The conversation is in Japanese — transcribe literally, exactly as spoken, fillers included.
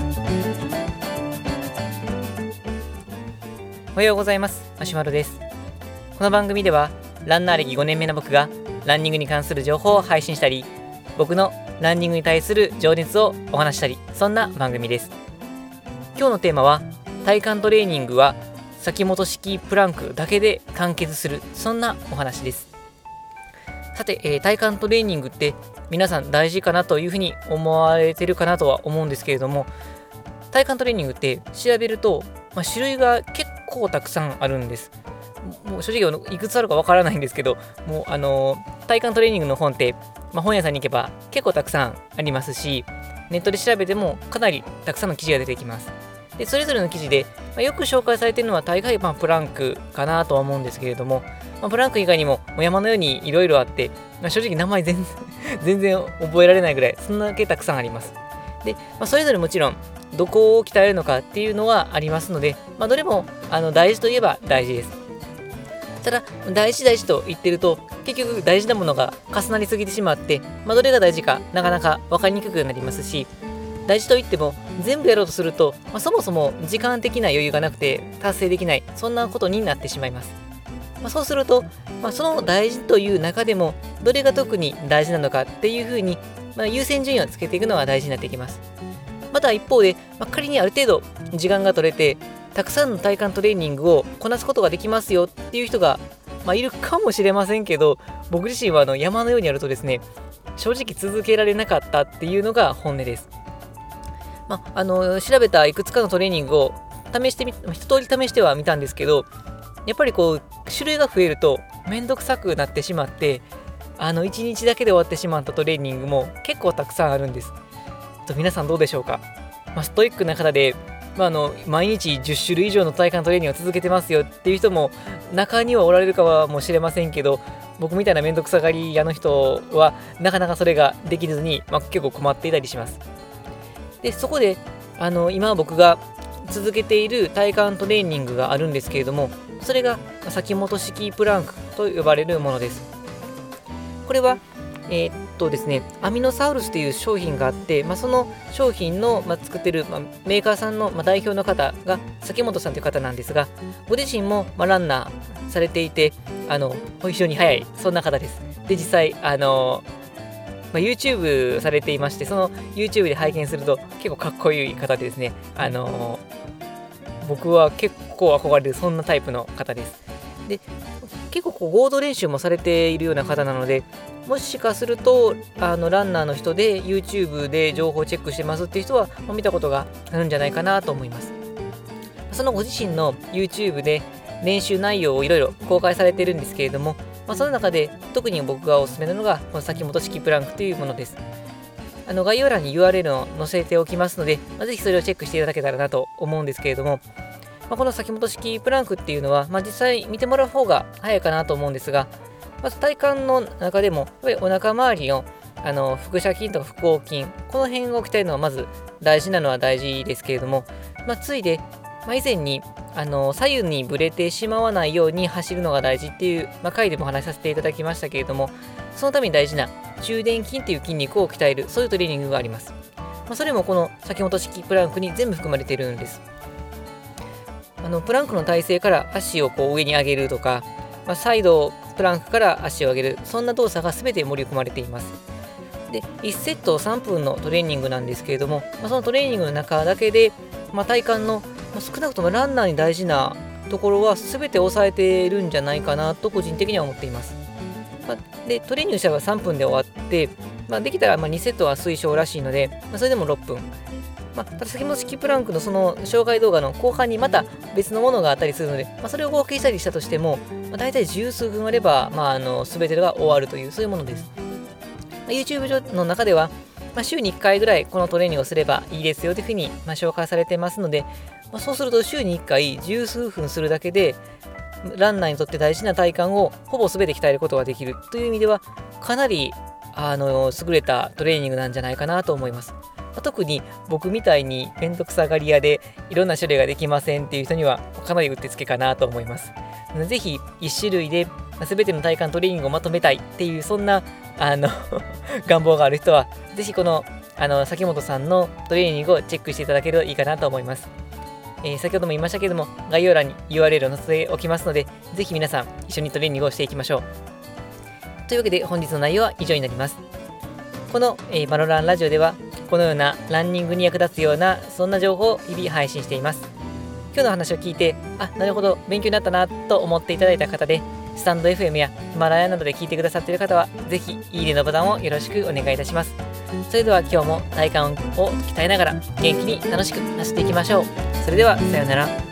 おはようございます。マシュマロです。この番組ではランナー歴ごねんめの僕がランニングに関する情報を配信したり、僕のランニングに対する情熱をお話したり、そんな番組です。今日のテーマは、体幹トレーニングは先元式プランクだけで完結する、そんなお話です。さて、えー、体幹トレーニングって皆さん大事かなというふうに思われてるかなとは思うんですけれども、体幹トレーニングって調べると、まあ、種類が結構たくさんあるんです。もう正直いくつあるかわからないんですけど、もうあのー、体幹トレーニングの本って、まあ、本屋さんに行けば結構たくさんありますし、ネットで調べてもかなりたくさんの記事が出てきます。でそれぞれの記事で、まあ、よく紹介されているのは大概、まあ、プランクかなとは思うんですけれども、まあ、プランク以外にももう山のようにいろいろあって、まあ、正直名前全然全然覚えられないぐらい、そんだけたくさんあります。で、まあ、それぞれもちろんどこを鍛えるのかっていうのはありますので、まあ、どれもあの大事といえば大事です。ただ大事大事と言ってると、結局大事なものが重なりすぎてしまって、まあ、どれが大事かなかなか分かりにくくなりますし、大事と言っても全部やろうとすると、まあ、そもそも時間的な余裕がなくて達成できない、そんなことになってしまいます。まあ、そうすると、まあ、その大事という中でもどれが特に大事なのかっていうふうに、まあ、優先順位をつけていくのが大事になってきます。また一方で、まあ、仮にある程度時間が取れてたくさんの体幹トレーニングをこなすことができますよっていう人が、まあ、いるかもしれませんけど、僕自身はあの山のようにやるとですね、正直続けられなかったっていうのが本音です。まあ、あの調べたいくつかのトレーニングを試してみ一通り試してはみたんですけど、やっぱりこう種類が増えるとめんどくさくなってしまって、あのいちにちだけで終わってしまったトレーニングも結構たくさんあるんです。と皆さんどうでしょうか。まあ、ストイックな方で、まあ、あの毎日じゅっしゅるい以上の体幹トレーニングを続けてますよっていう人も中にはおられるかもしれませんけど、僕みたいなめんどくさがり屋の人はなかなかそれができずに、まあ、結構困っていたりします。でそこであの今僕が続けている体幹トレーニングがあるんですけれども、それが先元式プランクと呼ばれるものです。これはえー、っとですね、アミノサウルスという商品があって、まあ、その商品の、まあ、作ってる、まあ、メーカーさんの、まあ、代表の方が崎本さんという方なんですが、ご自身も、まあ、ランナーされていて、あの非常に速い、そんな方です。で実際あのまあ、YouTube されていまして、その YouTube で拝見すると結構かっこいい方でですね、あのー、僕は結構憧れるそんなタイプの方です。で結構こう合同練習もされているような方なので、もしかするとあのランナーの人で YouTube で情報をチェックしてますっていう人は見たことがあるんじゃないかなと思います。そのご自身の YouTube で練習内容をいろいろ公開されているんですけれども、まあ、その中で特に僕がおすすめなのがこの先元式プランクというものです。あの概要欄に ユーアールエル を載せておきますので、まあ、ぜひそれをチェックしていただけたらなと思うんですけれども、まあ、この先元式プランクっていうのは、まあ、実際見てもらう方が早いかなと思うんですが、まず体幹の中でもお腹周りのあの腹斜筋とか腹横筋、この辺を鍛えるのはまず大事なのは大事ですけれども、まあ、ついで、まあ、以前にあの左右にぶれてしまわないように走るのが大事っていう、まあ、回でもお話しさせていただきましたけれども、そのために大事な中殿筋っていう筋肉を鍛える、そういうトレーニングがあります。まあ、それもこの先元式プランクに全部含まれているんです。あのプランクの体勢から足をこう上に上げるとか、まあ、サイドプランクから足を上げる、そんな動作が全て盛り込まれています。でいちセットさんぷんのトレーニングなんですけれども、まあ、そのトレーニングの中だけで、まあ、体幹の、まあ、少なくともランナーに大事なところは全て抑えているんじゃないかなと個人的には思っています。まあ、でトレーニングしたらさんぷんで終わって、まあ、できたらまあにセットは推奨らしいので、まあ、それでもろっぷん。まあ、ただ先元式プランクのその紹介動画の後半にまた別のものがあったりするので、まあ、それを合計したりしたとしても、まあ、大体十数分あれば、まあ、あの全てが終わるという、そういうものです。まあ、YouTube の中では、まあ、週にいっかいぐらいこのトレーニングをすればいいですよというふうに、まあ、紹介されてますので、まあ、そうすると週にいっかい十数分するだけで、ランナーにとって大事な体幹をほぼ全て鍛えることができるという意味では、かなりあの優れたトレーニングなんじゃないかなと思います。特に僕みたいにめんどくさがり屋でいろんな種類ができませんっていう人にはかなりうってつけかなと思います。ぜひいち種類で全ての体幹トレーニングをまとめたいっていう、そんなあの願望がある人はぜひこのあの崎本さんのトレーニングをチェックしていただけるといいかなと思います。えー、先ほども言いましたけども、概要欄に ユーアールエル を載せておきますので、ぜひ皆さん一緒にトレーニングをしていきましょう。というわけで本日の内容は以上になります。この、えー、バロランラジオでは、このようなランニングに役立つような、そんな情報を日々配信しています。今日の話を聞いて、あ、なるほど、勉強になったなと思っていただいた方で、スタンド エフエム やヒマラヤなどで聞いてくださっている方は、ぜひいいねのボタンをよろしくお願いいたします。それでは今日も体幹を鍛えながら元気に楽しく走っていきましょう。それではさようなら。